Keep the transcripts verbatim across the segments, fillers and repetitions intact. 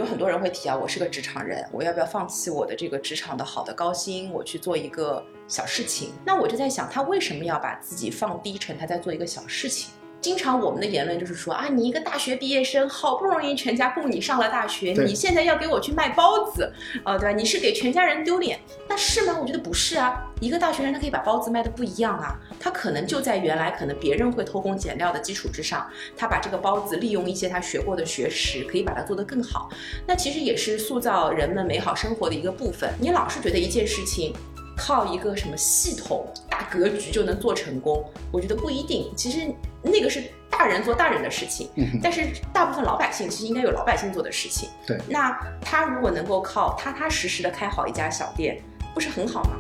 有很多人会提啊，我是个职场人，我要不要放弃我的这个职场的好的高薪，我去做一个小事情？那我就在想，他为什么要把自己放低成他在做一个小事情？经常我们的言论就是说啊，你一个大学毕业生，好不容易全家供你上了大学，你现在要给我去卖包子，呃，对吧？你是给全家人丢脸，那是吗？我觉得不是啊。一个大学生他可以把包子卖得不一样啊，他可能就在原来可能别人会偷工减料的基础之上，他把这个包子利用一些他学过的学识，可以把它做得更好。那其实也是塑造人们美好生活的一个部分。你老是觉得一件事情靠一个什么系统大格局就能做成功，我觉得不一定。其实那个是大人做大人的事情，嗯、但是大部分老百姓其实应该有老百姓做的事情。 对， 那他如果能够靠踏踏实实的开好一家小店，不是很好吗？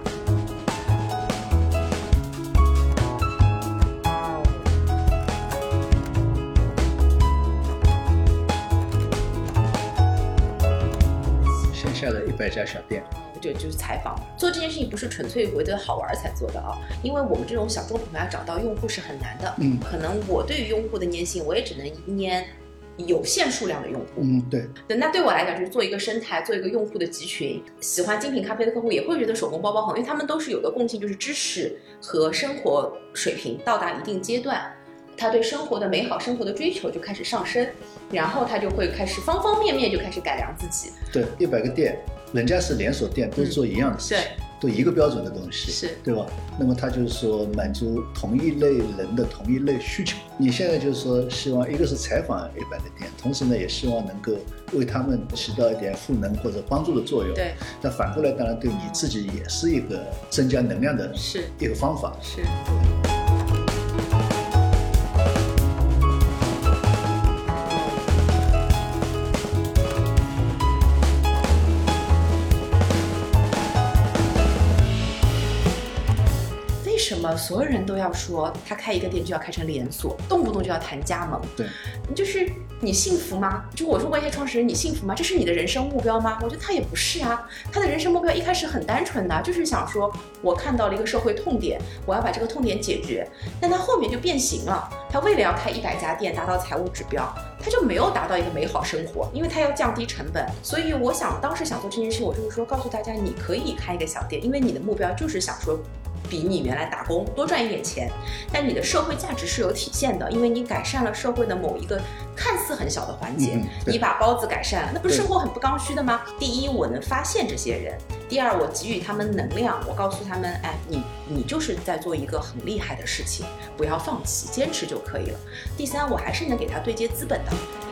线下的一百家小店。 就就是采访做这件事情不是纯粹为了好玩才做的啊，因为我们这种小众品牌要找到用户是很难的。嗯，可能我对于用户的粘性，我也只能粘有限数量的用户。 嗯，对。 那对我来讲，就是做一个生态，做一个用户的集群。喜欢精品咖啡的客户也会觉得手工包包好，因为他们都是有个共性，就是知识和生活水平到达一定阶段，他对生活的美好生活的追求就开始上升，然后他就会开始方方面面就开始改良自己。 对，一百个店。人家是连锁店，都是做一样的事情，嗯、都一个标准的东西， 是对吧？那么他就是说满足同一类人的同一类需求。你现在就是说希望一个是采访一百个店，同时呢也希望能够为他们起到一点赋能或者帮助的作用。 对， 那反过来当然对你自己也是一个增加能量的一个方法。 是。为什么所有人都要说他开一个店就要开成连锁，动不动就要谈加盟？ 对， 就是你幸福吗？就我说过一些创始人，你幸福吗？这是你的人生目标吗？我觉得他也不是啊，他的人生目标一开始很单纯的，就是想说我看到了一个社会痛点，我要把这个痛点解决。但他后面就变形了，他为了要开一百家店达到财务指标，他就没有达到一个美好生活，因为他要降低成本。所以我想当时想做这件事，我就是说告诉大家，你可以开一个小店，因为你的目标就是想说比你原来打工多赚一点钱，但你的社会价值是有体现的，因为你改善了社会的某一个看似很小的环节，嗯、你把包子改善了，那不是生活很不刚需的吗？第一，我能发现这些人；第二，我给予他们能量，我告诉他们，哎，你你就是在做一个很厉害的事情，不要放弃，坚持就可以了。第三，我还是能给他对接资本的。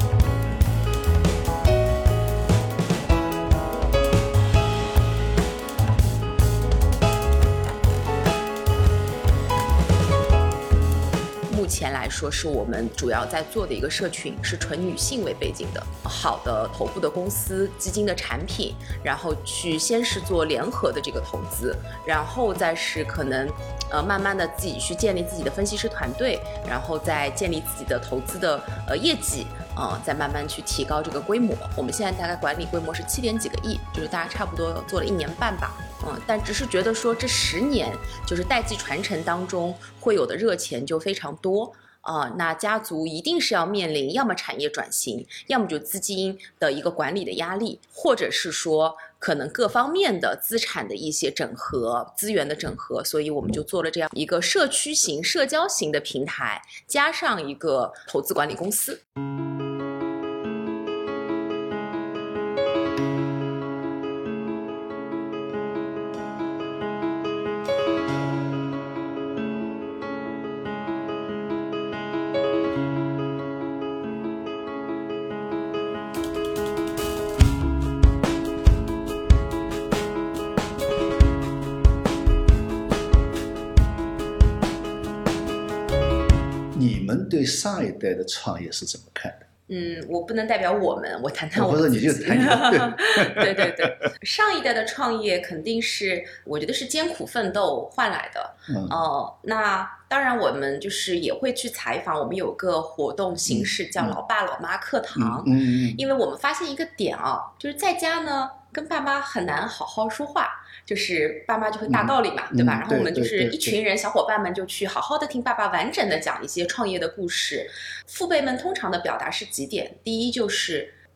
目前来说是我们主要在做的一个社群，是纯女性为背景的，好的头部的公司基金的产品，然后去先是做联合的这个投资，然后再是可能呃慢慢的自己去建立自己的分析师团队，然后再建立自己的投资的呃业绩，呃再慢慢去提高这个规模。我们现在大概管理规模是七点几个亿，就是大家差不多做了一年半吧。嗯，但只是觉得说这十年就是代际传承当中会有的热钱就非常多啊、呃，那家族一定是要面临要么产业转型，要么就资金的一个管理的压力，或者是说可能各方面的资产的一些整合、资源的整合，所以我们就做了这样一个社区型、社交型的平台，加上一个投资管理公司。 你们对上一代的创业是怎么看的？ 嗯，我不能代表我们，我谈谈我自己。 或者你就谈谈。 对对对，上一代的创业肯定是，我觉得是艰苦奋斗换来的。嗯，呃，那当然我们就是也会去采访，我们有个活动形式叫老爸老妈课堂。嗯 嗯, 嗯，因为我们发现一个点啊，就是在家呢跟爸妈很难好好说话。就是爸妈就会大道理嘛，嗯、对吧？然后我们就是一群人，小伙伴们就去好好的听爸爸完整的讲一些创业的故事。父辈们通常的表达是几点：第一就是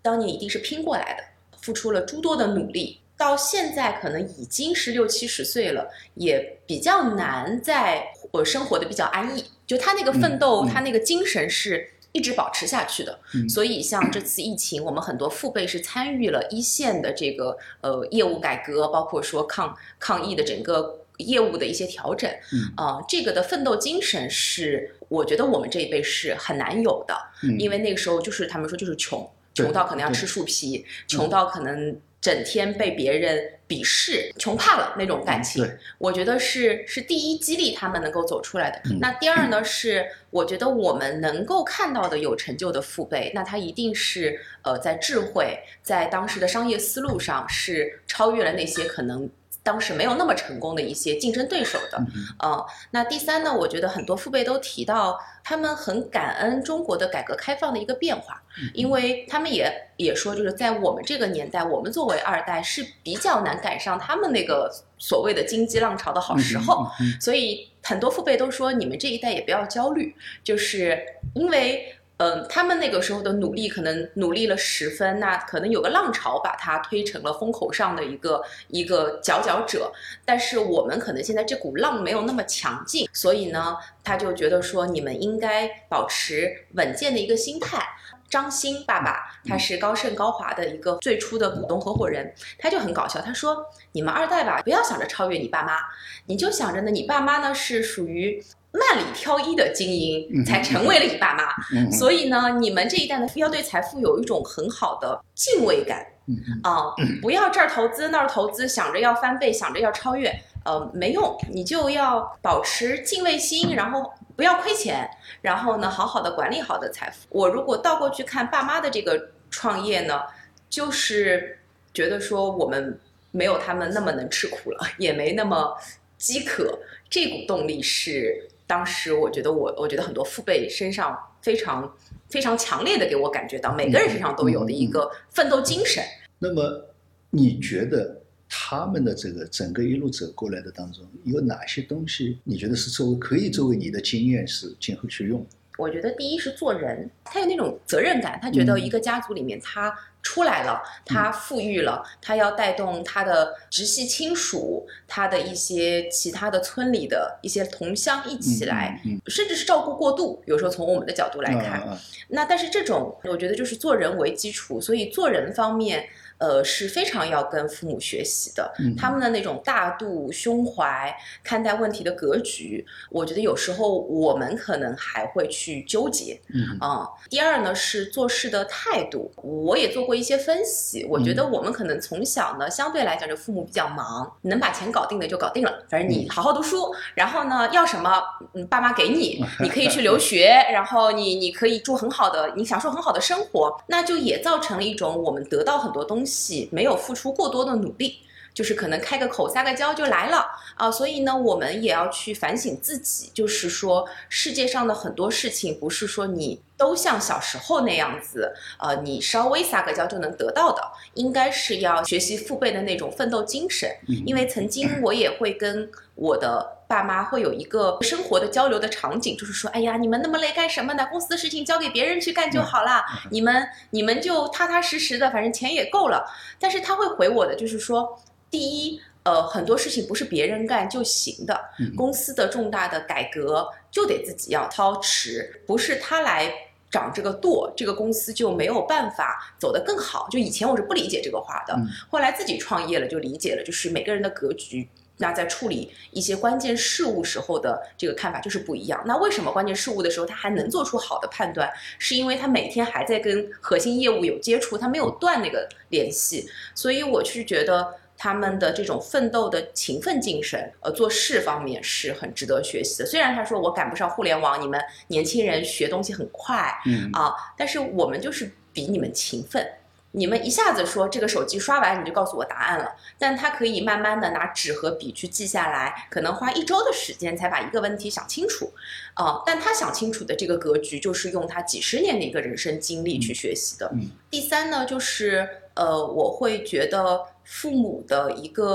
当年一定是拼过来的，付出了诸多的努力，到现在可能已经是六七十岁了，也比较难在我生活的比较安逸。就他那个奋斗，嗯嗯、他那个精神是一直保持下去的。嗯、所以像这次疫情，我们很多父辈是参与了一线的这个呃业务改革，包括说抗抗疫的整个业务的一些调整。嗯，呃，这个的奋斗精神是我觉得我们这一辈是很难有的。嗯、因为那个时候就是他们说就是穷，穷到可能要吃树皮，穷到可能整天被别人鄙视，穷怕了那种感情。嗯、我觉得是是第一激励他们能够走出来的。嗯、那第二呢，是我觉得我们能够看到的有成就的父辈，那他一定是呃在智慧，在当时的商业思路上是超越了那些可能当时没有那么成功的一些竞争对手的。呃，那第三呢，我觉得很多父辈都提到他们很感恩中国的改革开放的一个变化，因为他们也也说，就是在我们这个年代，我们作为二代是比较难赶上他们那个所谓的经济浪潮的好时候，所以很多父辈都说，你们这一代也不要焦虑，就是因为嗯，他们那个时候的努力可能努力了十分，那可能有个浪潮把它推成了风口上的一个一个佼佼者，但是我们可能现在这股浪没有那么强劲，所以呢，他就觉得说你们应该保持稳健的一个心态。张欣爸爸他是高盛高华的一个最初的股东合伙人，他就很搞笑，他说你们二代吧，不要想着超越你爸妈，你就想着呢，你爸妈呢是属于万里挑一的精英才成为了你爸妈，嗯、所以呢，你们这一代呢要对财富有一种很好的敬畏感啊、呃，不要这儿投资那儿投资，想着要翻倍，想着要超越，呃，没用，你就要保持敬畏心，然后不要亏钱，然后呢，好好的管理好的财富。我如果倒过去看爸妈的这个创业呢，就是觉得说我们没有他们那么能吃苦了，也没那么饥渴，这股动力是当时我觉得我我觉得很多父辈身上非常非常强烈的给我感觉到，每个人身上都有的一个奋斗精神。 那么你觉得他们的这个整个一路走过来的当中，有哪些东西你觉得是作为可以作为你的经验是今后去用？ 我觉得第一是做人，他有那种责任感，他觉得一个家族里面他出来了，嗯、他富裕了，他要带动他的直系亲属，他的一些其他的村里的一些同乡一起来，嗯嗯嗯、甚至是照顾过度。有时候从我们的角度来看，嗯嗯、那但是这种我觉得就是做人为基础，所以做人方面。呃，是非常要跟父母学习的，嗯、他们的那种大度、胸怀、看待问题的格局，我觉得有时候我们可能还会去纠结。嗯啊、呃，第二呢是做事的态度，我也做过一些分析，我觉得我们可能从小呢，相对来讲，就父母比较忙，能把钱搞定的就搞定了，反正你好好读书，然后呢要什么，嗯，爸妈给你，你可以去留学，然后你你可以住很好的，你享受很好的生活，那就也造成了一种我们得到很多东西。没有付出过多的努力，就是可能开个口撒个娇就来了啊、呃，所以呢，我们也要去反省自己，就是说世界上的很多事情不是说你都像小时候那样子，呃，你稍微撒个娇就能得到的，应该是要学习父辈的那种奋斗精神。因为曾经我也会跟我的爸妈会有一个生活的交流的场景，就是说，哎呀，你们那么累干什么呢？公司的事情交给别人去干就好啦，你们你们就踏踏实实的，反正钱也够了。但是他会回我的就是说，第一，呃，很多事情不是别人干就行的，公司的重大的改革就得自己要操持，不是他来长这个舵，这个公司就没有办法走得更好。就以前我是不理解这个话的，嗯、后来自己创业了就理解了，就是每个人的格局，那在处理一些关键事物时候的这个看法就是不一样。那为什么关键事物的时候他还能做出好的判断？是因为他每天还在跟核心业务有接触，他没有断那个联系。所以我是觉得他们的这种奋斗的勤奋精神，呃，做事方面是很值得学习的。虽然他说我赶不上互联网，你们年轻人学东西很快，嗯啊，但是我们就是比你们勤奋。你们一下子说这个手机刷完你就告诉我答案了，但他可以慢慢的拿纸和笔去记下来，可能花一周的时间才把一个问题想清楚，呃，但他想清楚的这个格局就是用他几十年的一个人生经历去学习的。嗯、第三呢，就是呃，我会觉得父母的一个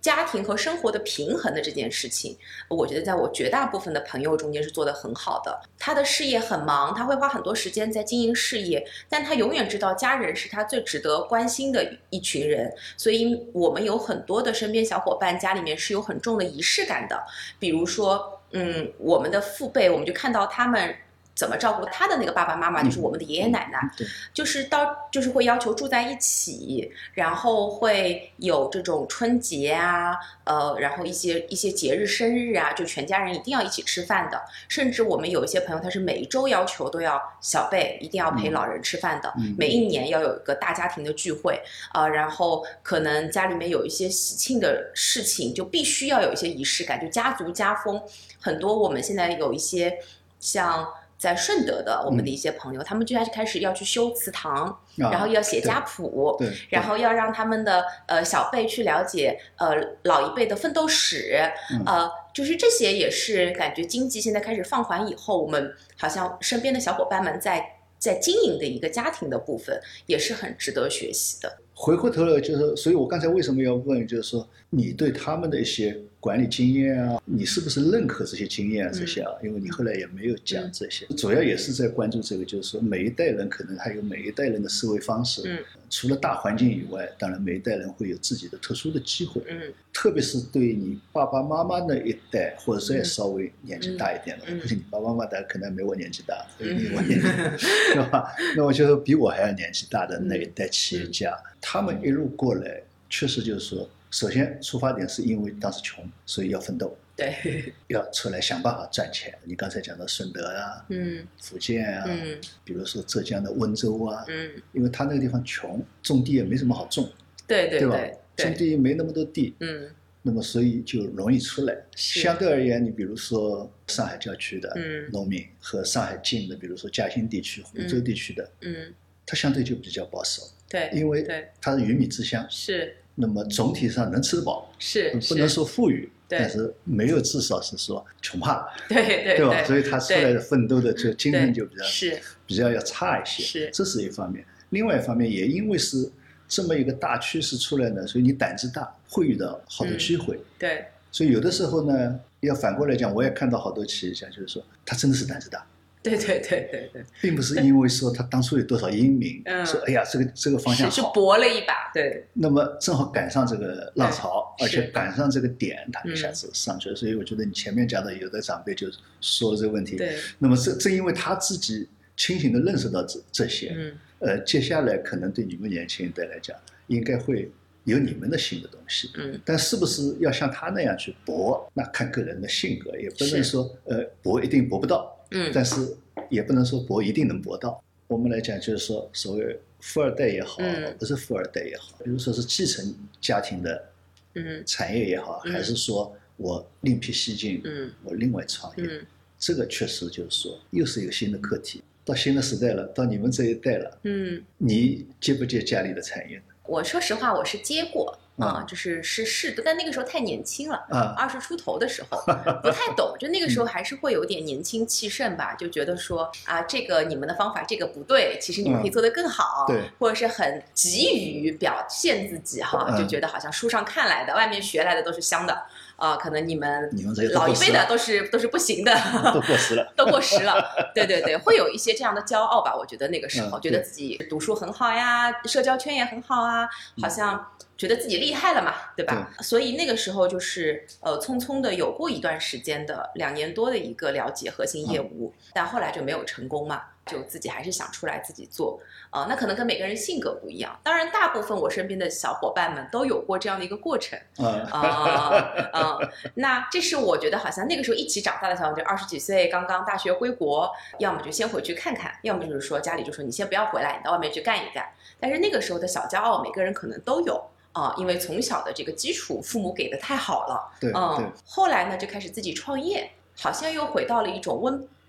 家庭和生活的平衡的这件事情，我觉得在我绝大部分的朋友中间是做得很好的。他的事业很忙，他会花很多时间在经营事业，但他永远知道家人是他最值得关心的一群人。所以我们有很多的身边小伙伴家里面是有很重的仪式感的，比如说嗯，我们的父辈，我们就看到他们怎么照顾他的那个爸爸妈妈，就是我们的爷爷奶奶， 嗯、 就是到就是会要求住在一起，然后会有这种春节啊，呃，然后一些一些节日、生日啊，就全家人一定要一起吃饭的。甚至我们有一些朋友，他是每一周要求都要小辈一定要陪老人吃饭的， 嗯、 每一年要有一个大家庭的聚会啊、呃，然后可能家里面有一些喜庆的事情，就必须要有一些仪式感，就家族家风。很多我们现在有一些像。在顺德的我们的一些朋友，嗯、他们就开始要去修祠堂，啊、然后要写家谱，然后要让他们的呃小辈去了解呃老一辈的奋斗史，嗯、呃，就是这些也是感觉经济现在开始放缓以后，我们好像身边的小伙伴们在在经营的一个家庭的部分，也是很值得学习的。 回过头来就是，所以我刚才为什么要问，就是说你对他们的一些管理经验啊，你是不是认可这些经验啊这些啊？因为你后来也没有讲这些， 嗯、 主要也是在关注这个，就是说每一代人可能还有每一代人的思维方式。嗯，除了大环境以外，当然每一代人会有自己的特殊的机会。嗯，特别是对你爸爸妈妈那一代，或者再稍微年纪大一点的，嗯、不是你爸爸妈妈的可能没我年纪大，嗯、比我年纪大，是吧？那我觉得比我还要年纪大的那一代企业家。嗯他们一路过来，确实就是说，首先出发点是因为当时穷，所以要奋斗， 对， 要出来想办法赚钱。你刚才讲到顺德啊，嗯，福建啊，嗯，比如说浙江的温州啊，嗯，因为他那个地方穷，种地也没什么好种， 对对对吧？种地没那么多地，嗯，那么所以就容易出来。相对而言，你比如说上海郊区的农民和上海近的，比如说嘉兴地区、湖州地区的，嗯，它相对就比较保守。 对， 因为它是鱼米之乡， 是， 那么总体上能吃得饱， 是， 不能说富裕，但是没有至少是说穷怕， 对对对吧？所以他出来的奋斗的这精神就比较是比较要差一些， 是， 这是一方面。另外一方面，也因为是这么一个大趋势出来呢，所以你胆子大，会遇到好多机会， 嗯、对。 所以有的时候呢，要反过来讲，我也看到好多企业家就是说，他真的是胆子大。 对对对对对， 并不是因为说他当初有多少英明，嗯、说哎呀这个这个方向好， 是搏了一把，对。 那么正好赶上这个浪潮，而且赶上这个点，他一下子上去了。嗯、所以我觉得你前面讲的有的长辈就说了这个问题。 对。 那么正正因为他自己清醒地认识到这这些，嗯，呃，接下来可能对你们年轻一代来讲，应该会有你们的新的东西，嗯。但是不是要像他那样去搏，那看个人的性格，也不能说呃搏一定搏不到。嗯，但是也不能说博一定能博到。我们来讲，就是说，所谓富二代也好，嗯、不是富二代也好，比如说是继承家庭的，嗯，产业也好，嗯、还是说我另辟蹊径，嗯，我另外创业，嗯、这个确实就是说，又是一个新的课题。到新的时代了，到你们这一代了，嗯，你接不接家里的产业呢？ 我说实话，我是接过。啊，就是是是的，但那个时候太年轻了，二十出头的时候不太懂，就那个时候还是会有点年轻气盛吧，就觉得说啊，这个你们的方法这个不对，其实你们可以做得更好， 对， 或者是很急于表现自己哈，就觉得好像书上看来的、外面学来的都是香的。啊、呃，可能你们老一辈的都是都是不行的， 都过时了， 都过时了。对对对，会有一些这样的骄傲吧？我觉得那个时候、嗯、觉得自己读书很好呀，社交圈也很好啊，好像觉得自己厉害了嘛，对吧？对，所以那个时候就是呃，匆匆的有过一段时间的两年多的一个了解核心业务，嗯、但后来就没有成功嘛。就自己还是想出来自己做，呃，那可能跟每个人性格不一样。当然，大部分我身边的小伙伴们都有过这样的一个过程，啊啊啊！那这是我觉得好像那个时候一起长大的小伙伴，就二十几岁刚刚大学归国，要么就先回去看看，要么就是说家里就说你先不要回来，你到外面去干一干。但是那个时候的小骄傲，每个人可能都有啊、呃，因为从小的这个基础，父母给的太好了， 对， 嗯， 对。 后来呢，就开始自己创业，好像又回到了一种温。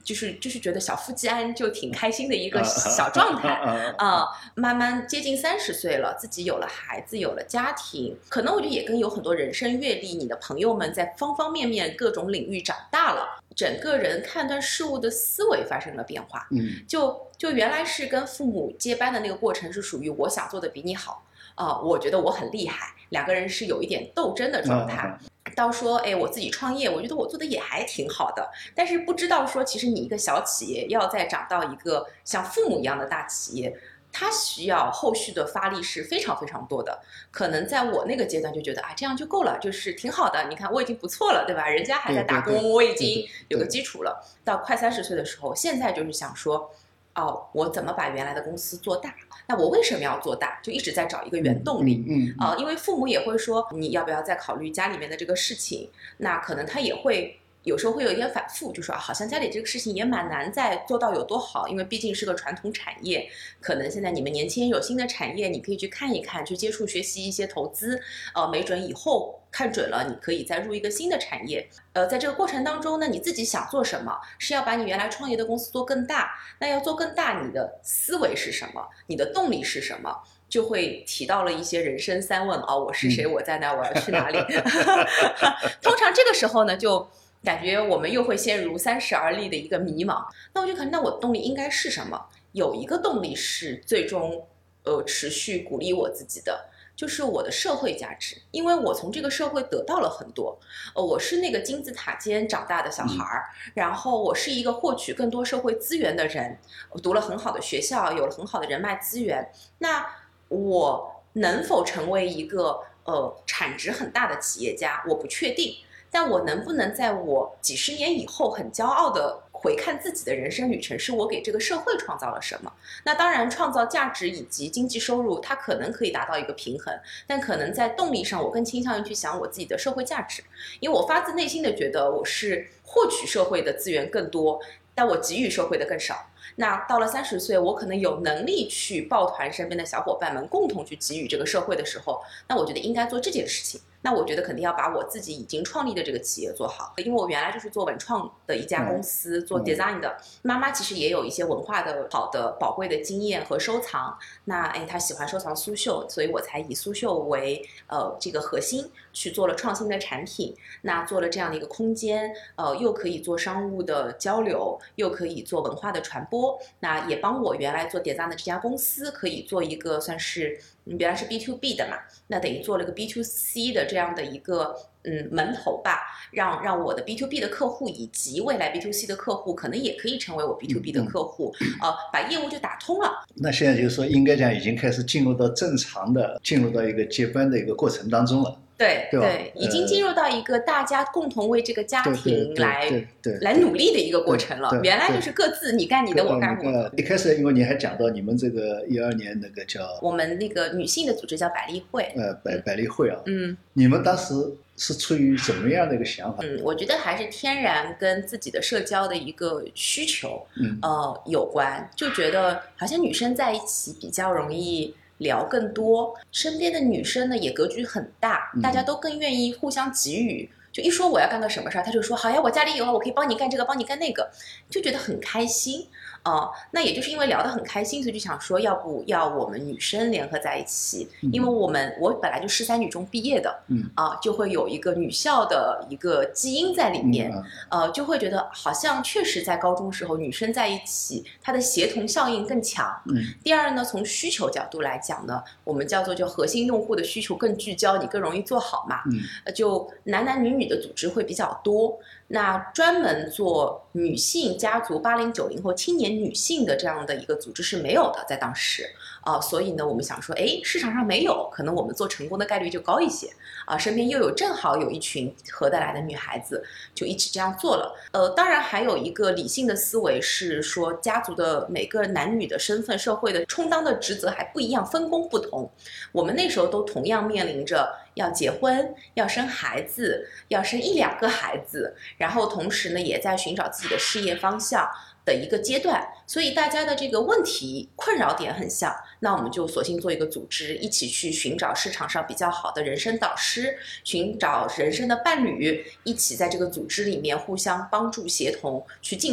就是就是觉得小富即安就挺开心的一个小状态啊、呃。慢慢接近三十岁了，自己有了孩子，有了家庭，可能我觉得也跟有很多人生阅历，你的朋友们在方方面面各种领域长大了，整个人看待事物的思维发生了变化。 嗯， 就就原来是跟父母接班的那个过程是属于我想做的比你好啊、呃，我觉得我很厉害，两个人是有一点斗争的状态。到说，哎，我自己创业，我觉得我做的也还挺好的，但是不知道说，其实你一个小企业要再长到一个像父母一样的大企业，它需要后续的发力是非常非常多的。可能在我那个阶段就觉得啊，这样就够了，就是挺好的。你看我已经不错了，对吧？人家还在打工， 对对对， 我已经有个基础了。到快三十岁的时候，现在就是想说，哦，我怎么把原来的公司做大？那我为什么要做大？就一直在找一个原动力。 嗯嗯， 啊、呃，因为父母也会说，你要不要再考虑家里面的这个事情？那可能他也会。有时候会有一点反复，就说啊，好像家里这个事情也蛮难再做到有多好，因为毕竟是个传统产业，可能现在你们年轻人有新的产业，你可以去看一看，去接触学习一些投资，呃，没准以后看准了，你可以再入一个新的产业。呃，在这个过程当中呢，你自己想做什么？是要把你原来创业的公司做更大？那要做更大，你的思维是什么？你的动力是什么？就会提到了一些人生三问啊、哦，我是谁？我在哪？我要去哪里？通常这个时候呢，就感觉我们又会陷入三十而立的一个迷茫。那我就可能，那我动力应该是什么？有一个动力是最终呃持续鼓励我自己的，就是我的社会价值，因为我从这个社会得到了很多。呃，我是那个金字塔尖长大的小孩儿，然后我是一个获取更多社会资源的人，我读了很好的学校，有了很好的人脉资源。那我能否成为一个呃产值很大的企业家，我不确定。但我能不能在我几十年以后很骄傲的回看自己的人生旅程，是我给这个社会创造了什么？那当然，创造价值以及经济收入，它可能可以达到一个平衡，但可能在动力上，我更倾向于去想我自己的社会价值，因为我发自内心的觉得我是获取社会的资源更多，但我给予社会的更少。那到了三十岁，我可能有能力去抱团身边的小伙伴们共同去给予这个社会的时候，那我觉得应该做这件事情。那我觉得肯定要把我自己已经创立的这个企业做好，因为我原来就是做文创的一家公司，嗯、做 design 的。妈妈其实也有一些文化的好的宝贵的经验和收藏。那哎，她喜欢收藏苏绣，所以我才以苏绣为呃这个核心去做了创新的产品。那做了这样的一个空间，呃，又可以做商务的交流，又可以做文化的传播。那也帮我原来做 design 的这家公司可以做一个算是。嗯，原来是 B to B 的嘛，那等于做了个 B to C 的这样的一个嗯门头吧，让让我的 B to B 的客户以及未来 B to C 的客户可能也可以成为我 B to B 的客户，嗯、呃，把业务就打通了。 那现在就是说，应该讲已经开始进入到正常的，进入到一个接班的一个过程当中了。 对对, 对，已经进入到一个大家共同为这个家庭来来努力的一个过程了。原来就是各自你干你的，我干我的。 一开始因为你还讲到你们这个一二年那个叫我们那个女性的组织叫百丽会， 呃，百百丽会啊， 嗯， 你们当时是出于怎么样的一个想法？ 嗯，我觉得还是天然跟自己的社交的一个需求，嗯，呃，有关，就觉得好像女生在一起比较容易。聊更多，身边的女生呢也格局很大，大家都更愿意互相给予。就一说我要干个什么事儿，他就说好呀，我家里有啊，我可以帮你干这个，帮你干那个，就觉得很开心啊、呃。那也就是因为聊得很开心，所以就想说，要不要我们女生联合在一起？因为我们我本来就十三女中毕业的，嗯啊、呃，就会有一个女校的一个基因在里面，呃，就会觉得好像确实在高中时候女生在一起，它的协同效应更强。嗯。第二呢，从需求角度来讲呢，我们叫做就核心用户的需求更聚焦，你更容易做好嘛。嗯。就男男女女的组织会比较多，那专门做女性家族八零九零后青年女性的这样的一个组织是没有的，在当时啊、呃，所以呢，我们想说，哎，市场上没有，可能我们做成功的概率就高一些啊、呃。身边又有正好有一群合得来的女孩子，就一起这样做了。呃，当然还有一个理性的思维是说，家族的每个男女的身份、社会的充当的职责还不一样，分工不同。我们那时候都同样面临着要结婚、要生孩子、要生一两个孩子，然后同时呢，也在寻找自己的事业方向的一个阶段，所以大家的这个问题困扰点很像。那我们就索性做一个组织，一起去寻找市场上比较好的人生导师，寻找人生的伴侣，一起在这个组织里面互相帮助协同去进步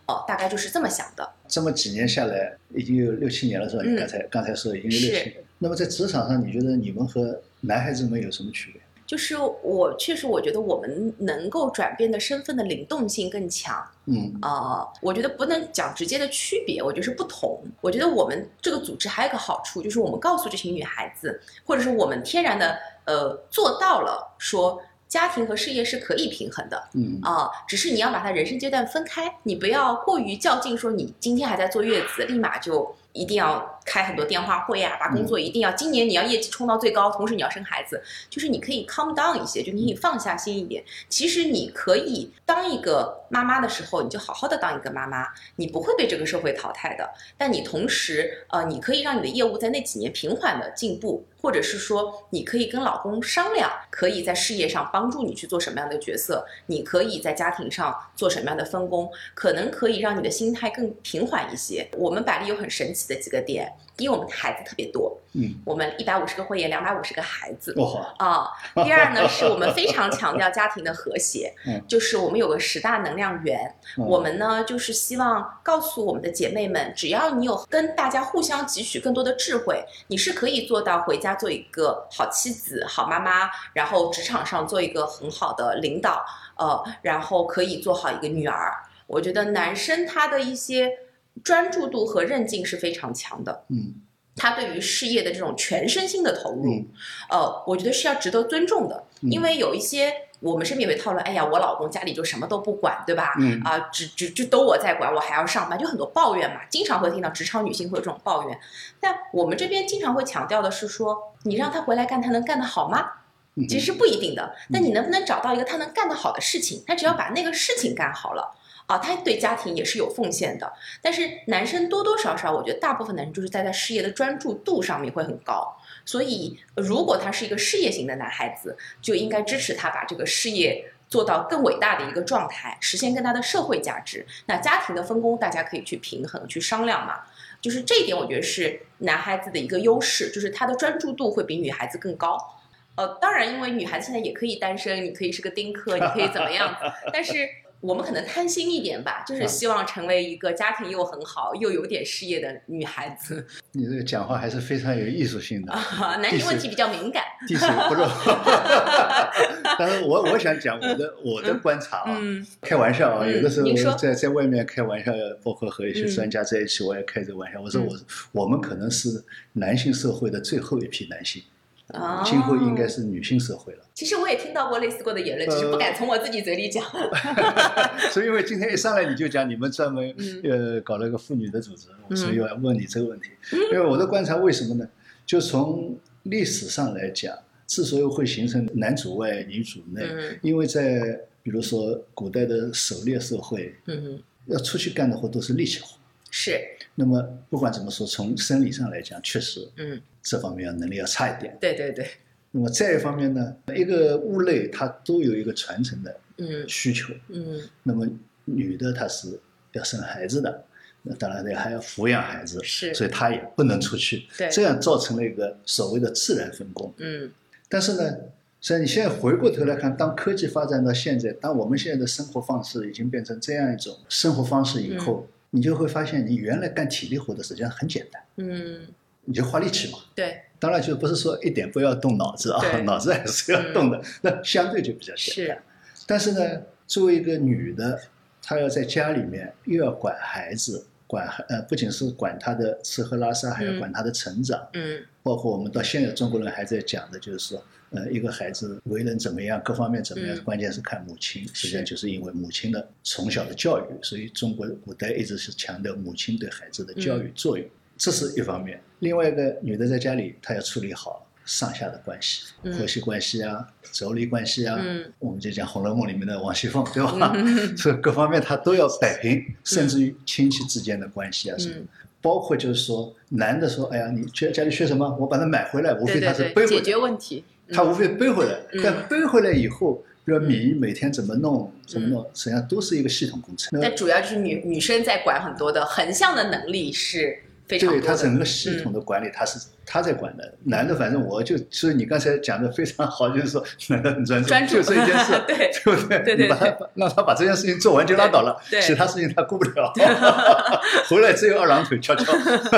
哦，大概就是这么想的。 这么几年下来，已经有六七年了，是吧？ 嗯、 你刚才刚才说已经有六七年。那么在职场上，你觉得你们和男孩子们有什么区别？ 就是我确实，我觉得我们能够转变的身份的灵动性更强。 嗯， 呃，我觉得不能讲直接的区别，我觉得是不同。我觉得我们这个组织还有一个好处，就是我们告诉这群女孩子，或者是我们天然的呃做到了说家庭和事业是可以平衡的。 嗯啊、呃，只是你要把它人生阶段分开，你不要过于较劲，说你今天还在坐月子，立马就一定要开很多电话会啊，把工作一定要、嗯、今年你要业绩冲到最高，同时你要生孩子，就是你可以 calm down 一些，就你可以放下心一点。其实你可以当一个妈妈的时候，你就好好的当一个妈妈，你不会被这个社会淘汰的。但你同时呃，你可以让你的业务在那几年平缓的进步，或者是说你可以跟老公商量，可以在事业上帮助你去做什么样的角色，你可以在家庭上做什么样的分工，可能可以让你的心态更平缓一些。我们百丽有很神奇的几个点，第一，我们孩子特别多， 嗯， 我们一百五十个会员，两百五十个孩子， 哦啊、呃。第二呢，是我们非常强调家庭的和谐， 嗯， 就是我们有个十大能量源， 嗯、 我们呢就是希望告诉我们的姐妹们，只要你有跟大家互相汲取更多的智慧，你是可以做到回家做一个好妻子、好妈妈，然后职场上做一个很好的领导，呃，然后可以做好一个女儿。我觉得男生他的一些专注度和韧劲是非常强的， 嗯， 他对于事业的这种全身心的投入， 嗯、 呃，我觉得是要值得尊重的， 嗯、 因为有一些我们身边也会讨论，哎呀，我老公家里就什么都不管，对吧？ 嗯啊、呃，只只就都我在管，我还要上班，就很多抱怨嘛，经常会听到职场女性会有这种抱怨。但我们这边经常会强调的是说，你让他回来干，他能干得好吗？其实是不一定的，但你能不能找到一个他能干得好的事情？他只要把那个事情干好了。啊，他对家庭也是有奉献的，但是男生多多少少，我觉得大部分男生就是在在事业的专注度上面会很高，所以如果他是一个事业型的男孩子，就应该支持他把这个事业做到更伟大的一个状态，实现更大的社会价值。那家庭的分工大家可以去平衡、去商量嘛，就是这一点我觉得是男孩子的一个优势，就是他的专注度会比女孩子更高。呃，当然，因为女孩子现在也可以单身，你可以是个丁克，你可以怎么样，但是我们可能贪心一点吧，就是希望成为一个家庭又很好又有点事业的女孩子。 你这个讲话还是非常有艺术性的啊，男女问题比较敏感。 第十不是，但是我我想讲我的我的观察啊， 嗯、 开玩笑啊， 嗯、 有的时候在在外面开玩笑，包括和一些专家在一起，我也开这玩笑。我说我、嗯、我们可能是男性社会的最后一批男性。 哦、 今后应该是女性社会了。 其实我也听到过类似过的言论，只是不敢从我自己嘴里讲。 呃、所以因为今天一上来你就讲你们专门、嗯、呃搞了个妇女的组织， 嗯、 所以我要问你这个问题。嗯、因为我的观察，为什么呢？就从历史上来讲，之所以会形成男主外女主内， 嗯、 因为在比如说古代的狩猎社会， 嗯、 要出去干的活都是力气活。 是。 那么不管怎么说，从生理上来讲，确实， 嗯， 这方面能力要差一点。 对对对。 那么再一方面呢，一个物类它都有一个传承的需求。 嗯。嗯那么女的她是要生孩子的，那当然还要抚养孩子， 是。 所以她也不能出去。 对。 这样造成了一个所谓的自然分工。 嗯。 但是呢，实际上你现在回过头来看，当科技发展到现在，当我们现在的生活方式已经变成这样一种生活方式以后。嗯，你就会发现，你原来干体力活的实际上很简单， 嗯， 你就花力气嘛。 对， 当然就不是说一点不要动脑子啊，脑子还是要动的，嗯、那相对就比较简单。但是呢，作为一个女的，她要在家里面又要管孩子，管呃不仅是管她的吃喝拉撒，还要管她的成长。 嗯，包括我们到现在中国人还在讲的，就是说。呃，一个孩子为人怎么样，各方面怎么样，嗯、关键是看母亲。实际上就是因为母亲的从小的教育，所以中国古代一直是强调母亲对孩子的教育作用，嗯、这是一方面。另外一个，女的在家里，她要处理好上下的关系，嗯、婆媳关系啊，妯娌关系啊，嗯、我们就讲《红楼梦》里面的王熙凤，对吧？嗯、所以各方面她都要摆平，嗯、甚至于亲戚之间的关系啊什么。嗯包括就是说，男的说，哎呀，你缺家里缺什么，我把它买回来，无非他是背回来， 解决问题， 他无非背回来， 嗯、 但背回来以后，比如米每天怎么弄，嗯、怎么弄，实际上都是一个系统工程。 但主要就是女女生在管很多的横向的能力是非常多的。 对他整个系统的管理，他是、嗯、他在管的。男的反正我就，所以你刚才讲的非常好，就是说男的很专注， 专注就这一件事， 对对不对？ 对对对， 你把他让他把这件事情做完就拉倒了，其他事情他顾不了，回来只有二郎腿翘翘。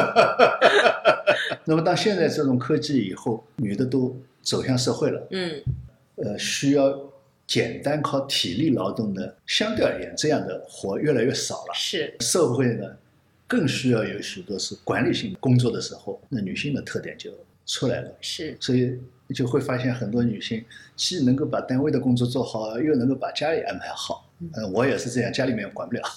那么到现在这种科技以后，女的都走向社会了， 嗯， 呃，需要简单靠体力劳动的，相对而言这样的活越来越少了。 是社会呢，更需要有许多是管理性工作的时候，那女性的特点就出来了。 是， 所以就会发现很多女性既能够把单位的工作做好，又能够把家里安排好。嗯、呃，我也是这样，家里面管不了。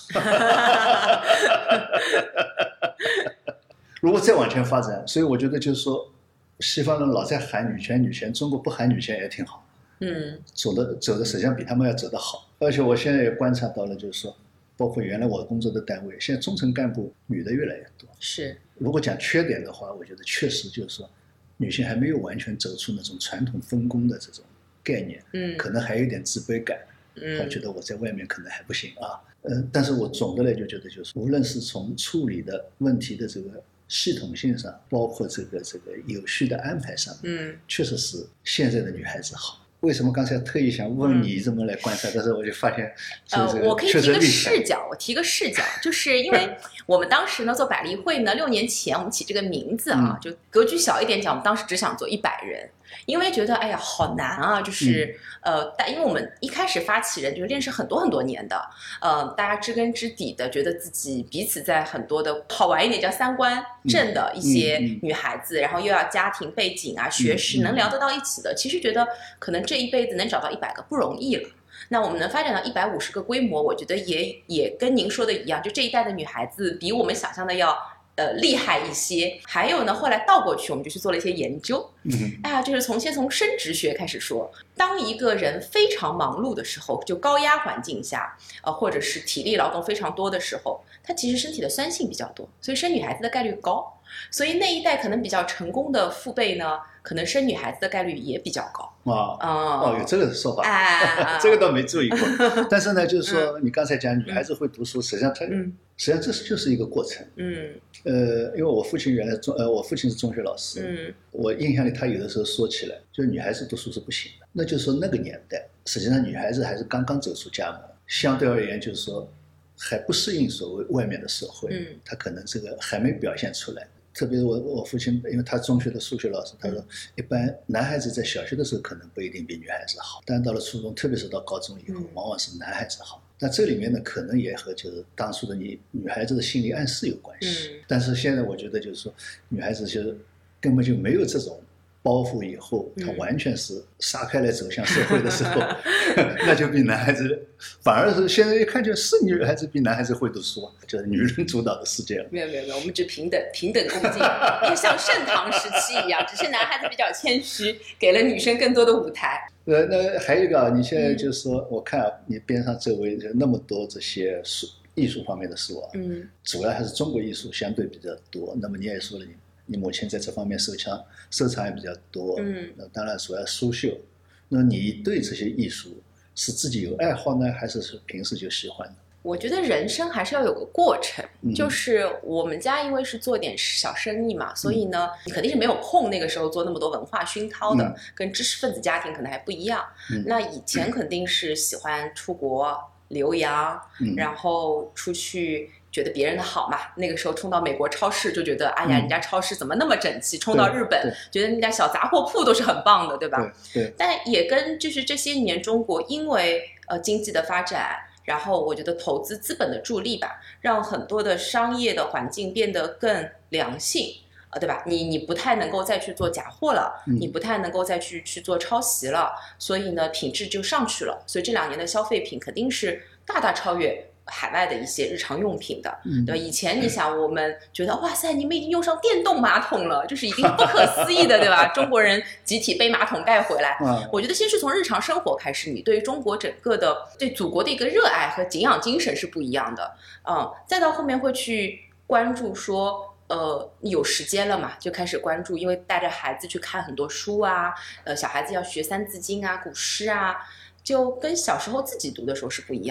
如果再往前发展，所以我觉得就是说，西方人老在喊女权女权，中国不喊女权也挺好。 嗯， 走的走的实际上比他们要走得好。而且我现在也观察到了，就是说，包括原来我工作的单位，现在中层干部女的越来越多。 是，如果讲缺点的话，我觉得确实就是说，女性还没有完全走出那种传统分工的这种概念， 嗯， 可能还有点自卑感，嗯，我觉得我在外面可能还不行啊，嗯、呃，但是我总的来就觉得就是，无论是从处理的问题的这个系统性上，包括这个这个有序的安排上， 嗯， 确实是现在的女孩子好。为什么刚才特意想问你这么来观察？嗯、但是我就发现， 呃，我可以提个视角，我提个视角，就是因为我们当时呢做百例会呢，六年前我们起这个名字啊，嗯、就格局小一点讲，我们当时只想做一百人。因为觉得哎呀好难啊，就是、嗯、呃，但因为我们一开始发起人就是认识很多很多年的，呃，大家知根知底的，觉得自己彼此在很多的好玩一点叫三观正的一些女孩子，嗯嗯嗯、然后又要家庭背景啊、学识、嗯嗯、能聊得到一起的，其实觉得可能这一辈子能找到一百个不容易了。那我们能发展到一百五十个规模，我觉得也也跟您说的一样，就这一代的女孩子比我们想象的要。呃，厉害一些。还有呢，后来倒过去，我们就去做了一些研究。嗯，哎呀，就是从先从生殖学开始说，当一个人非常忙碌的时候，就高压环境下，呃，或者是体力劳动非常多的时候，他其实身体的酸性比较多，所以生女孩子的概率高。所以那一代可能比较成功的父辈呢，可能生女孩子的概率也比较高。 啊、 嗯、 哦，有这个说法， 哎、 这个倒没注意过。但是呢，就是说、嗯、你刚才讲女孩子会读书，实际上它， 嗯、 实际上这是就是一个过程。 嗯， 呃，因为我父亲原来中，呃，我父亲是中学老师， 嗯， 我印象里他有的时候说起来，就是女孩子读书是不行的。那就是说那个年代，实际上女孩子还是刚刚走出家门，相对而言就是说还不适应所谓外面的社会，嗯，她可能这个还没表现出来。特别是我我父亲，因为他中学的数学老师，他说一般男孩子在小学的时候可能不一定比女孩子好，但到了初中，特别是到高中以后，往往是男孩子好。那这里面呢，可能也和就是当初的你女孩子的心理暗示有关系。嗯、但是现在我觉得就是说，女孩子就根本就没有这种包袱，以后她完全是撒开来走向社会的时候，嗯、那就比男孩子反而是现在一看就是女孩子比男孩子会读书啊，就是女人主导的世界了。 没有没有没有，我们只平等平等共进，就像盛唐时期一样，只是男孩子比较谦虚，给了女生更多的舞台。 呃，那还有一个啊，你现在就是说，嗯、我看啊，你边上周围那么多这些书艺术方面的书啊， 嗯， 主要还是中国艺术相对比较多。那么你也说了你。你母亲在这方面收藏收藏也比较多， 嗯， 那当然主要苏绣。那你对这些艺术是自己有爱好呢，还是是平时就喜欢的？ 我觉得人生还是要有个过程， 嗯、 就是我们家因为是做点小生意嘛，所以呢，你肯定是没有空那个时候做那么多文化熏陶的，嗯、跟知识分子家庭可能还不一样。 嗯、 那以前肯定是喜欢出国留洋， 嗯、 然后出去。觉得别人的好嘛，那个时候冲到美国超市就觉得，哎呀，人家超市怎么那么整齐？冲到日本，觉得人家小杂货铺都是很棒的，对吧？ 对。对。 但也跟就是这些年中国因为呃经济的发展，然后我觉得投资资本的助力吧，让很多的商业的环境变得更良性。呃，对吧？你你不太能够再去做假货了， 嗯、 你不太能够再去去做抄袭了，所以呢，品质就上去了。所以这两年的消费品肯定是大大超越海外的一些日常用品的， 嗯、 对吧？以前你想，我们觉得哇塞，你们已经用上电动马桶了，就是已经不可思议的，对吧？中国人集体背马桶盖回来， 嗯、 我觉得先是从日常生活开始，你对于中国整个的对祖国的一个热爱和敬仰精神是不一样的，嗯，再到后面会去关注说。呃，有时间了嘛，就开始关注，因为带着孩子去看很多书啊，呃，小孩子要学三字经啊、古诗啊，就跟小时候自己读的时候是不一样的。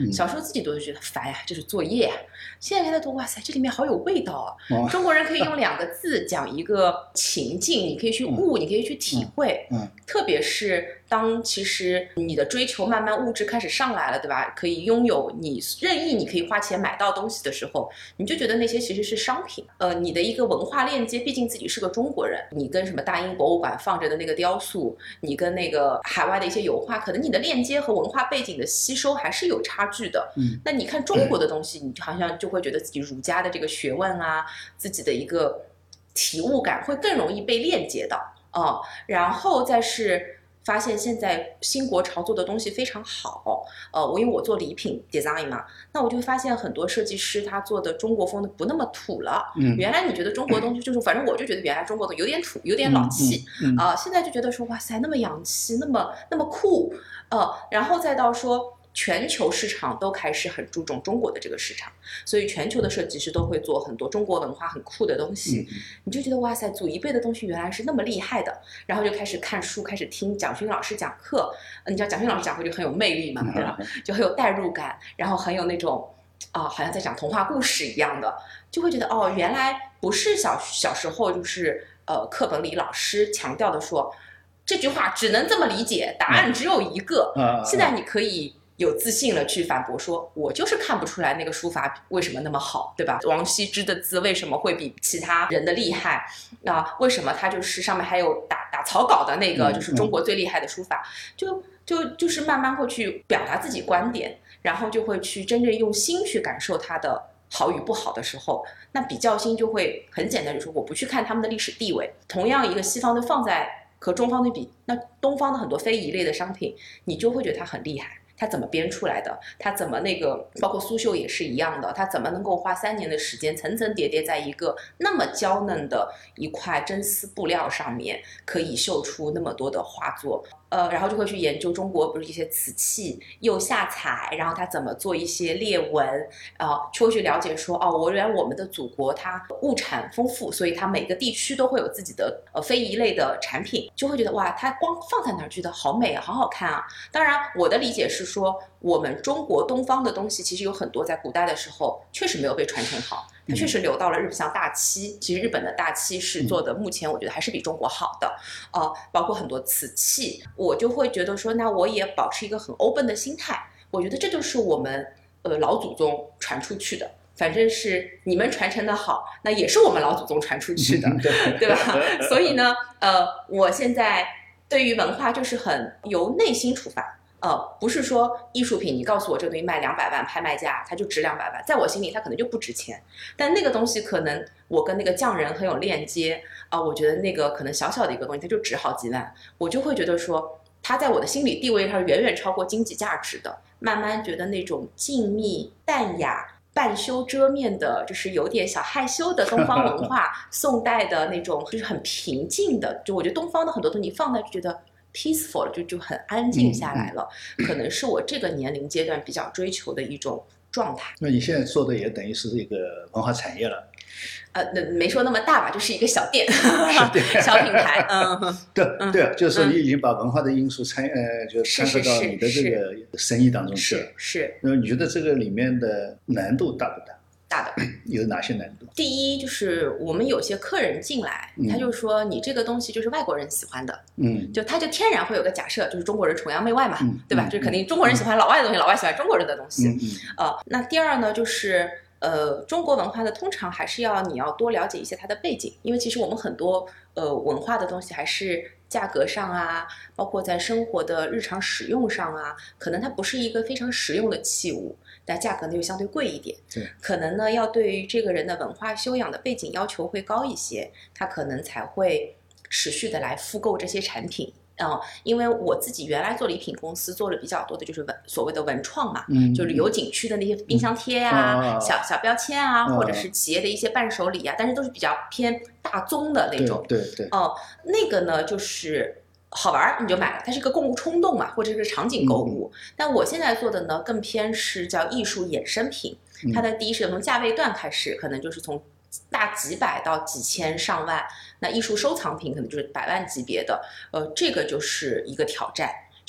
嗯、 小时候自己读就觉得烦呀，这是作业呀。现在看到读，哇塞，这里面好有味道啊！哦、中国人可以用两个字讲一个情境，你可以去悟，嗯、你可以去体会。 嗯，嗯特别是当其实你的追求慢慢物质开始上来了，对吧？可以拥有你任意你可以花钱买到东西的时候，你就觉得那些其实是商品。呃，你的一个文化链接，毕竟自己是个中国人，你跟什么大英博物馆放着的那个雕塑，你跟那个海外的一些油画，可能你的链接和文化背景的吸收还是有差距的。 嗯， 那你看中国的东西，你好像就会觉得自己儒家的这个学问啊，自己的一个体悟感会更容易被链接到啊、呃，然后再是。发现现在新国潮做的东西非常好，呃，我因为我做礼品 design 嘛，那我就会发现很多设计师他做的中国风的不那么土了。 嗯， 原来你觉得中国东西就是，反正我就觉得原来中国的有点土，有点老气， 嗯嗯嗯、 呃，现在就觉得说哇塞，那么洋气，那么那么酷，呃，然后再到说。全球市场都开始很注重中国的这个市场，所以全球的设计师都会做很多中国文化很酷的东西，嗯、你就觉得哇塞，祖一辈的东西原来是那么厉害的，然后就开始看书，开始听蒋勋老师讲课，你知道蒋勋老师讲课就很有魅力嘛，对吧？就很有代入感，然后很有那种啊、呃，好像在讲童话故事一样的，就会觉得哦，原来不是小小时候就是呃课本里老师强调的说这句话只能这么理解，答案只有一个， 嗯、 现在你可以。有自信了去反驳说，我就是看不出来那个书法为什么那么好，对吧？王羲之的字为什么会比其他人的厉害？那、呃、为什么他就是上面还有打打草稿的那个，就是中国最厉害的书法？就就就是慢慢会去表达自己观点，然后就会去真正用心去感受它的好与不好的时候，那比较心就会很简单，就是说我不去看他们的历史地位，同样一个西方的放在和中方的比，那东方的很多非遗类的商品，你就会觉得它很厉害。他怎么编出来的？他怎么那个？包括苏绣也是一样的，他怎么能够花三年的时间，层层叠叠在一个那么娇嫩的一块真丝布料上面，可以绣出那么多的画作？呃，然后就会去研究中国不是一些瓷器釉下彩，然后他怎么做一些裂纹，呃，就会去了解说，哦，我原来我们的祖国它物产丰富，所以它每个地区都会有自己的呃非遗类的产品，就会觉得哇，它光放在那儿觉得好美啊，好好看啊。当然，我的理解是说，我们中国东方的东西其实有很多在古代的时候确实没有被传承好。它确实流到了日本，像大漆，其实日本的大漆是做的，目前我觉得还是比中国好的，呃，包括很多瓷器，我就会觉得说，那我也保持一个很 open 的心态，我觉得这就是我们呃老祖宗传出去的，反正是你们传承的好，那也是我们老祖宗传出去的，对吧？所以呢，呃，我现在对于文化就是很由内心出发。呃，不是说艺术品，你告诉我这个东西卖两百万，拍卖价它就值两百万，在我心里它可能就不值钱。但那个东西可能我跟那个匠人很有链接啊、呃，我觉得那个可能小小的一个东西它就值好几万，我就会觉得说它在我的心理地位上远远超过经济价值的。慢慢觉得那种静谧淡雅、半羞遮面的，就是有点小害羞的东方文化，宋代的那种就是很平静的，就我觉得东方的很多东西放在就觉得。peaceful 就就很安静下来了、嗯嗯、可能是我这个年龄阶段比较追求的一种状态。 那你现在做的也等于是一个文化产业了， 呃，没说那么大吧，就是一个小店，小品牌，嗯， 对对啊，就是说你已经把文化的因素参呃，就掺和到你的这个生意当中去了。 是是。 那么你觉得这个里面的难度大不大？ 大的。 有哪些难度？ 第一就是我们有些客人进来， 嗯、 他就说你这个东西就是外国人喜欢的， 嗯， 就他就天然会有个假设，就是中国人崇洋媚外嘛， 嗯、 对吧？ 嗯、 就肯定中国人喜欢老外的东西，嗯、老外喜欢中国人的东西。 嗯嗯。 呃，那第二呢，就是呃，中国文化的通常还是要你要多了解一些它的背景，因为其实我们很多呃文化的东西还是价格上啊，包括在生活的日常使用上啊，可能它不是一个非常实用的器物。但价格呢又相对贵一点， 对， 可能呢要对于这个人的文化修养的背景要求会高一些，他可能才会持续的来复购这些产品。嗯，因为我自己原来做礼品公司做了比较多的就是文所谓的文创嘛， 嗯， 就旅游景区的那些冰箱贴啊、 嗯、 小小标签啊、 嗯， 或者是企业的一些伴手礼啊，但是都是比较偏大宗的那种。 对对对。 哦、嗯，那个呢就是好玩你就买了，它是一个购物冲动嘛，或者是场景购物。嗯、但我现在做的呢更偏是叫艺术衍生品，它的第一是从价位段开始，可能就是从大几百到几千上万，那艺术收藏品可能就是百万级别的，呃，这个就是一个挑战。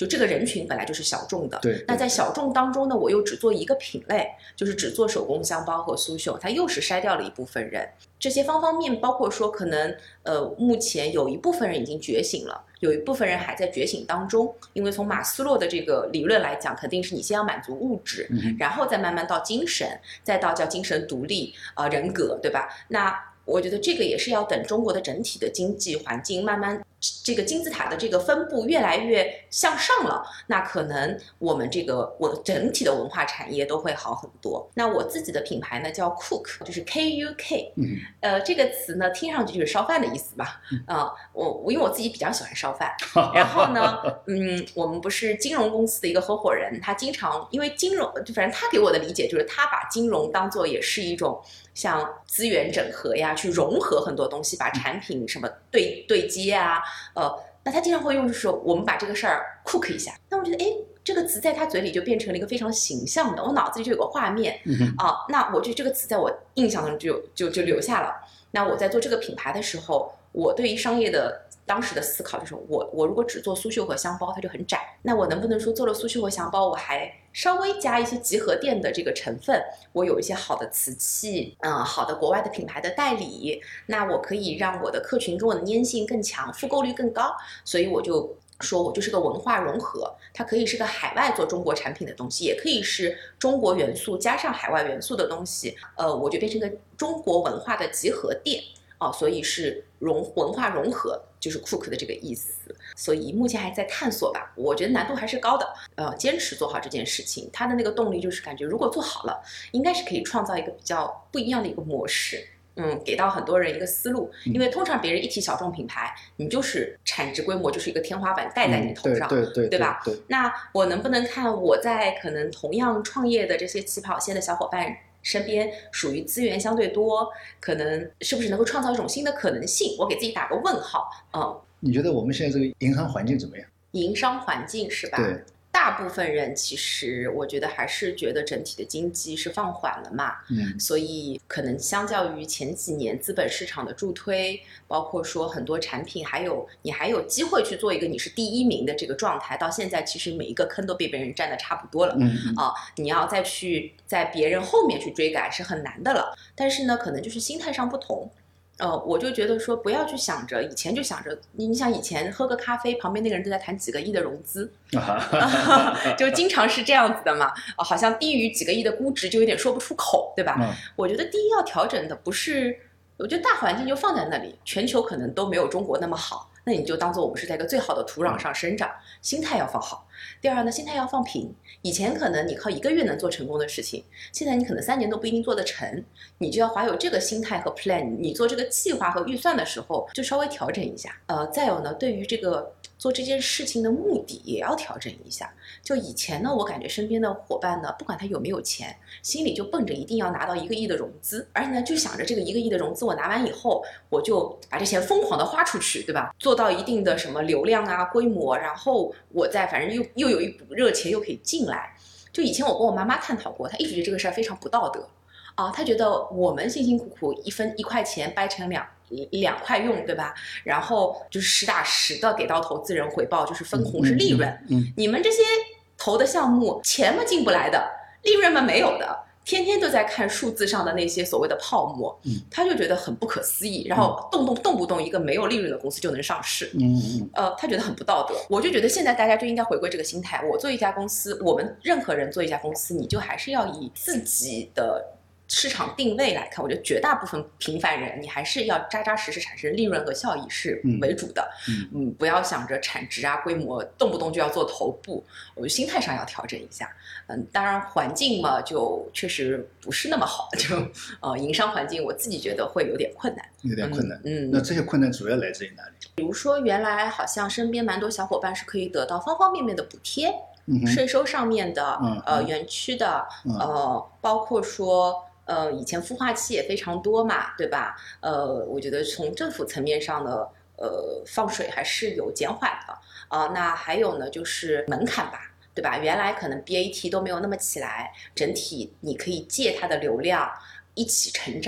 就这个人群本来就是小众的。 对。 那在小众当中呢，我又只做一个品类，就是只做手工香包和苏绣，它又是筛掉了一部分人。这些方方面，包括说可能呃，目前有一部分人已经觉醒了，有一部分人还在觉醒当中。因为从马斯洛的这个理论来讲，肯定是你先要满足物质， 嗯、 然后再慢慢到精神，再到叫精神独立啊、呃、人格，对吧？那我觉得这个也是要等中国的整体的经济环境慢慢这个金字塔的这个分布越来越向上了，那可能我们这个我整体的文化产业都会好很多。那我自己的品牌呢叫 Cook， 就是 K U K， 嗯， 呃，这个词呢听上去就是烧饭的意思吧？啊、呃，我因为我自己比较喜欢烧饭，然后呢，嗯，我们不是金融公司的一个合伙人，他经常因为金融，就反正他给我的理解就是他把金融当做也是一种像资源整合呀，去融合很多东西，把产品什么对对接啊。呃，那他经常会用，就是我们把这个事儿 cook 一下。那我觉得，哎，这个词在他嘴里就变成了一个非常形象的，我脑子里就有个画面啊、呃。那我觉得这个词在我印象中就就就留下了。那我在做这个品牌的时候，我对于商业的当时的思考就是我，我如果只做苏绣和香包，它就很窄。那我能不能说做了苏绣和香包，我还稍微加一些集合店的这个成分，我有一些好的瓷器，嗯、呃，好的国外的品牌的代理，那我可以让我的客群跟我的粘性更强，复购率更高。所以我就说我就是个文化融合，它可以是个海外做中国产品的东西，也可以是中国元素加上海外元素的东西。呃，我就变成个中国文化的集合店哦，所以是融文化融合，就是 Cook 的这个意思。所以目前还在探索吧，我觉得难度还是高的。呃，坚持做好这件事情，它的那个动力就是感觉，如果做好了，应该是可以创造一个比较不一样的一个模式。嗯，给到很多人一个思路，因为通常别人一提小众品牌，你就是产值规模就是一个天花板盖在你头上， 嗯、对对 对, 对吧？ 对对。 那我能不能看我在可能同样创业的这些起跑线的小伙伴身边，属于资源相对多，可能是不是能够创造一种新的可能性？我给自己打个问号。嗯， 你觉得我们现在这个营商环境怎么样？ 营商环境是吧？ 对。 大部分人其实我觉得还是觉得整体的经济是放缓了嘛， 嗯， 所以可能相较于前几年资本市场的助推，包括说很多产品，还有你还有机会去做一个你是第一名的这个状态，到现在其实每一个坑都被别人占得差不多了， 嗯嗯啊，你要再去在别人后面去追赶是很难的了。但是呢，可能就是心态上不同。呃，我就觉得说不要去想着，以前就想着，你想以前喝个咖啡，旁边那个人都在谈几个亿的融资，就经常是这样子的嘛，呃，好像低于几个亿的估值就有点说不出口，对吧？ 嗯、 我觉得第一要调整的不是，我觉得大环境就放在那里，全球可能都没有中国那么好，那你就当做我们是在一个最好的土壤上生长，心态要放好。第二呢，心态要放平。以前可能你靠一个月能做成功的事情，现在你可能三年都不一定做得成，你就要怀有这个心态和 plan。你做这个计划和预算的时候，就稍微调整一下。呃，再有呢，对于这个做这件事情的目的也要调整一下。就以前呢，我感觉身边的伙伴呢，不管他有没有钱，心里就奔着一定要拿到一个亿的融资，而且呢，就想着这个一个亿的融资我拿完以后，我就把这钱疯狂的花出去，对吧？做到一定的什么流量啊、规模，然后我再反正又又有一股热钱又可以进来。就以前我跟我妈妈探讨过，她一直觉得这个事儿非常不道德啊，她觉得我们辛辛苦苦一分一块钱掰成两两块用，对吧？然后就是实打实的给到投资人回报，就是分红是利润。 嗯嗯嗯、 你们这些投的项目钱嘛进不来的，利润嘛没有的。天天都在看数字上的那些所谓的泡沫， 嗯， 他就觉得很不可思议，然后动动动不动一个没有利润的公司就能上市， 嗯嗯， 呃，他觉得很不道德。我就觉得现在大家就应该回归这个心态，我做一家公司，我们任何人做一家公司，你就还是要以自己的市场定位来看，我觉得绝大部分平凡人，你还是要扎扎实实产生利润和效益是为主的， 嗯嗯, 嗯，不要想着产值啊、规模，动不动就要做头部，我觉得心态上要调整一下。嗯，当然环境嘛，就确实不是那么好，就呃，营商环境我自己觉得会有点困难， 有点困难。 嗯，嗯那这些困难主要来自于哪里？ 比如说，原来好像身边蛮多小伙伴是可以得到方方面面的补贴， 嗯、 税收上面的， 嗯、 呃，园区的， 嗯、 呃，包括说。呃，以前孵化器也非常多嘛，对吧？呃，我觉得从政府层面上的呃放水还是有减缓的啊、呃。那还有呢，就是门槛吧，对吧？原来可能 B A T 都没有那么起来，整体你可以借它的流量一起成长。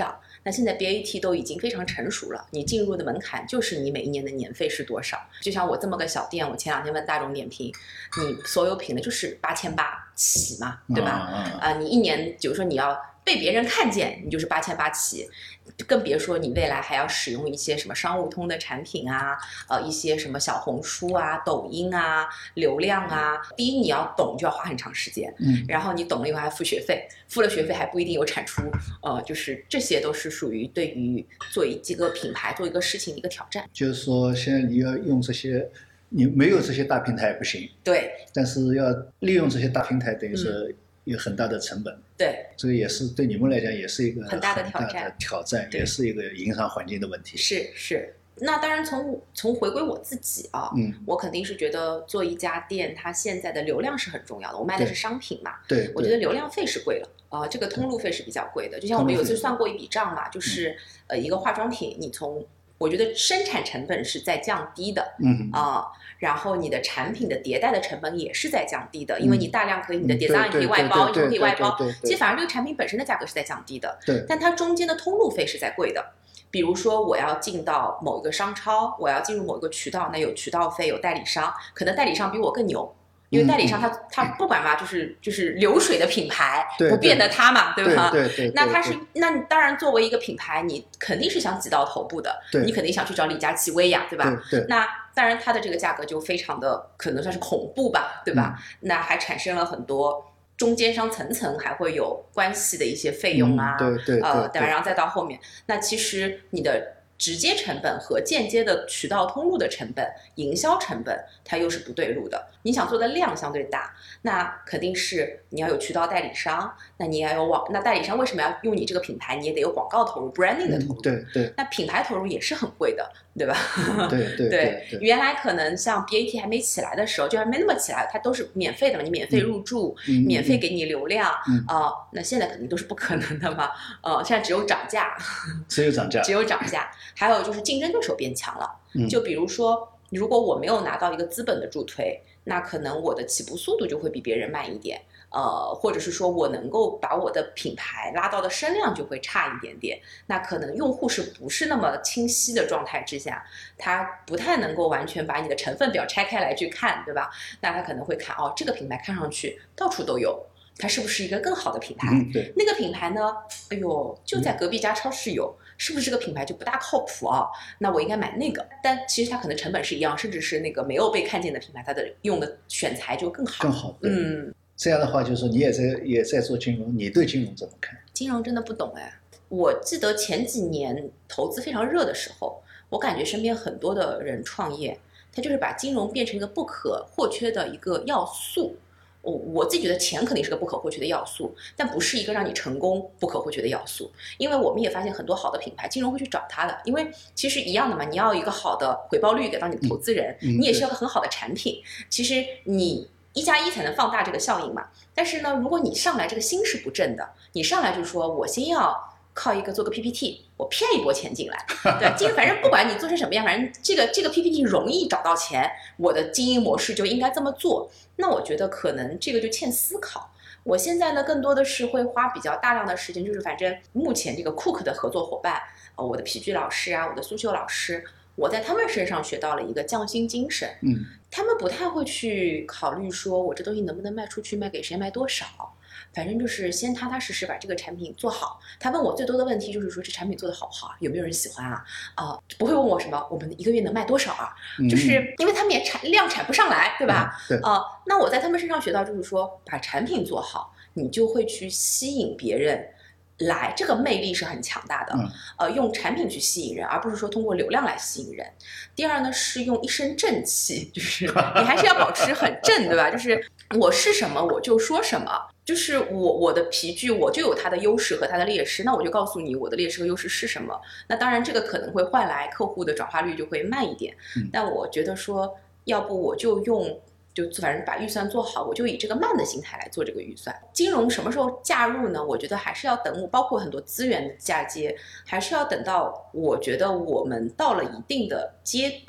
那现在 B A T 都已经非常成熟了，你进入的门槛就是你每一年的年费是多少。就像我这么个小店，我前两天问大众点评，你所有品的就是八千八起嘛，对吧？啊、 嗯嗯呃，你一年，比如说你要被别人看见，你就是八千八起，更别说你未来还要使用一些什么商务通的产品啊，呃，一些什么小红书啊、抖音啊、流量啊。第一，你要懂就要花很长时间， 嗯， 然后你懂了以后还付学费，付了学费还不一定有产出，呃，就是这些都是属于对于做一个品牌做一个事情的一个挑战。 就是说现在你要用这些，你没有这些大平台不行， 对， 但是要利用这些大平台，等于说有很大的成本。 对， 这个也是对你们来讲也是一个很大的挑战， 很大的挑战，也是一个影响环境的问题。 是是。那当然从从回归我自己啊， 嗯， 我肯定是觉得做一家店，它现在的流量是很重要的。我卖的是商品嘛， 对， 我觉得流量费是贵了，呃，这个通路费是比较贵的。就像我们有一次算过一笔账嘛，就是、嗯、呃一个化妆品，你从我觉得生产成本是在降低的， 嗯啊、呃，然后你的产品的迭代的成本也是在降低的，因为你大量可以你的 design 可以外包，你可以外包，其实反而这个产品本身的价格是在降低的， 对， 但它中间的通路费是在贵的。比如说我要进到某一个商超，我要进入某一个渠道，那有渠道费，有代理商，可能代理商比我更牛。因为代理商他他不管嘛，就是就是流水的品牌，不变的他嘛，对吧？ 对对对。 那他是，那你当然作为一个品牌，你肯定是想挤到头部的，你肯定想去找李佳琦、薇娅，对吧？ 对。 那当然，它的这个价格就非常的可能算是恐怖吧，对吧？嗯、那还产生了很多中间商层层还会有关系的一些费用啊， 嗯、对对对。 呃，当然，然后再到后面，那其实你的直接成本和间接的渠道通路的成本、营销成本，它又是不对路的。你想做的量相对大，那肯定是你要有渠道代理商，那你也要有网，那代理商为什么要用你这个品牌？你也得有广告投入 ，branding 的投入。 嗯、对对。 那品牌投入也是很贵的，对吧？ 对对 对, 对, 对。 原来可能像 B A T 还没起来的时候，就还没那么起来，它都是免费的嘛，你免费入驻， 嗯、 免费给你流量啊、 嗯呃。那现在肯定都是不可能的嘛，呃，现在只有涨价， 只有涨价， 只有涨价。还有就是竞争对手变强了， 嗯、 就比如说，如果我没有拿到一个资本的助推，那可能我的起步速度就会比别人慢一点，呃，或者是说我能够把我的品牌拉到的声量就会差一点点，那可能用户是不是那么清晰的状态之下，他不太能够完全把你的成分表拆开来去看，对吧？那他可能会看，哦，这个品牌看上去到处都有，它是不是一个更好的品牌？ 嗯、对， 那个品牌呢，哎呦，就在隔壁家超市有。是不是这个品牌就不大靠谱啊？那我应该买那个，但其实它可能成本是一样，甚至是那个没有被看见的品牌，它的用的选材就更好。 更好， 嗯。 这样的话，就是说你也在也在做金融，你对金融怎么看？ 金融真的不懂哎。我记得前几年投资非常热的时候，我感觉身边很多的人创业，他就是把金融变成一个不可或缺的一个要素。我我自己觉得钱肯定是个不可或缺的要素，但不是一个让你成功不可或缺的要素。因为我们也发现很多好的品牌，金融会去找它的，因为其实一样的嘛，你要一个好的回报率给到你的投资人， 嗯嗯、 你也是要个很好的产品。其实你一加一才能放大这个效应嘛。但是呢，如果你上来这个心是不正的，你上来就是说我先要靠一个做个 P P T， 我骗一波钱进来，对，今反正不管你做成什么样，反正这个这个 P P T 容易找到钱，我的经营模式就应该这么做。那我觉得可能这个就欠思考。我现在呢，更多的是会花比较大量的时间，就是反正目前这个 Cook 的合作伙伴，呃，我的皮具老师啊，我的苏绣老师，我在他们身上学到了一个匠心精神。 嗯， 他们不太会去考虑说我这东西能不能卖出去，卖给谁，卖多少。反正就是先踏踏实实把这个产品做好。他问我最多的问题就是说这产品做的好不好，有没有人喜欢啊？啊、呃，不会问我什么我们一个月能卖多少啊？ 嗯、 就是因为他们也产量产不上来，对吧？ 嗯、对。 呃，那我在他们身上学到就是说，把产品做好，你就会去吸引别人来，这个魅力是很强大的。 嗯、 呃，用产品去吸引人，而不是说通过流量来吸引人。第二呢，是用一身正气，就是你还是要保持很正，对吧？就是我是什么我就说什么。就是我我的皮具我就有它的优势和它的劣势，那我就告诉你我的劣势和优势是什么。那当然这个可能会换来客户的转化率就会慢一点， 嗯、 但我觉得说要不我就用就反正把预算做好，我就以这个慢的心态来做这个预算。金融什么时候加入呢？我觉得还是要等我，包括很多资源的嫁接，还是要等到我觉得我们到了一定的阶段，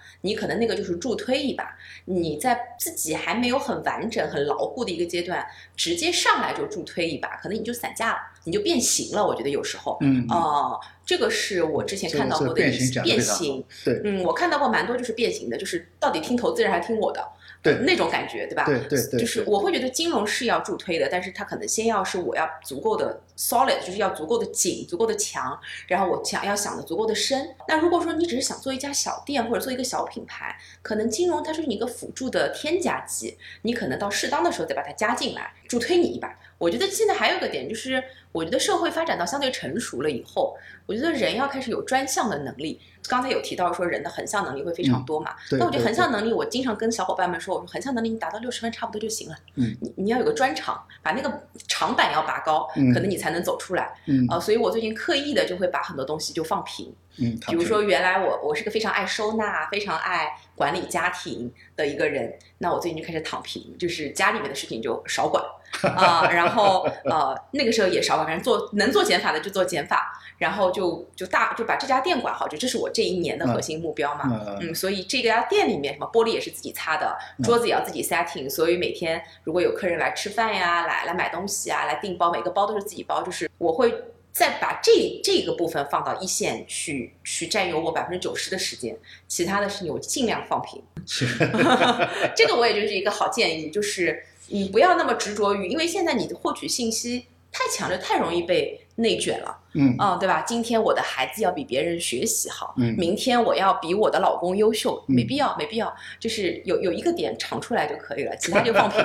你可能那个就是助推一把。你在自己还没有很完整、很牢固的一个阶段，直接上来就助推一把，可能你就散架了，你就变形了。我觉得有时候， 嗯， 哦、呃，这个是我之前看到过的变形， 变形， 对， 嗯，我看到过蛮多就是变形的，就是到底听投资人还是听我的。 对那种感觉，对吧？ 对对 对, 对， 就是我会觉得金融是要助推的，但是它可能先要是我要足够的 solid， 就是要足够的紧、足够的强，然后我想要想的足够的深。那如果说你只是想做一家小店或者做一个小品牌，可能金融它是你一个辅助的添加剂，你可能到适当的时候再把它加进来，助推你一把。我觉得现在还有一个点就是，我觉得社会发展到相对成熟了以后，我觉得人要开始有专项的能力。刚才有提到说人的横向能力会非常多嘛， 嗯、 那我觉得横向能力，我经常跟小伙伴们说，我说横向能力你达到六十分差不多就行了。 嗯， 你你要有个专长，把那个长板要拔高， 嗯、 可能你才能走出来。 嗯， 呃，所以我最近刻意的就会把很多东西就放平。 嗯， 比如说原来我我是个非常爱收纳、非常爱管理家庭的一个人，那我最近就开始躺平，就是家里面的事情就少管啊、呃，然后呃那个时候也少管，反正做能做减法的就做减法，然后就就大就把这家店管好，就这是我这一年的核心目标嘛。嗯，嗯所以这家店里面什么玻璃也是自己擦的，桌子也要自己 setting，、嗯、所以每天如果有客人来吃饭呀，来来买东西啊，来订包，每个包都是自己包，就是我会再把这这个部分放到一线去，去占有我百分之九十的时间，其他的事情我尽量放平。这个我也就是一个好建议，就是你不要那么执着于，因为现在你的获取信息太强烈，太容易被内卷了。 嗯， 嗯，对吧？今天我的孩子要比别人学习好， 嗯， 明天我要比我的老公优秀，没必要，没必要，就是有有一个点闯出来就可以了，其他就放平。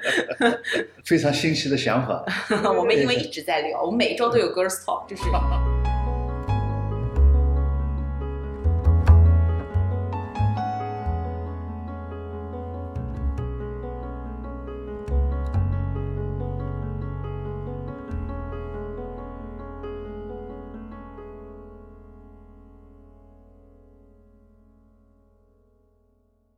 非常新奇的想法。 我们因为一直在聊，我们每一周都有 Girls Talk，就是。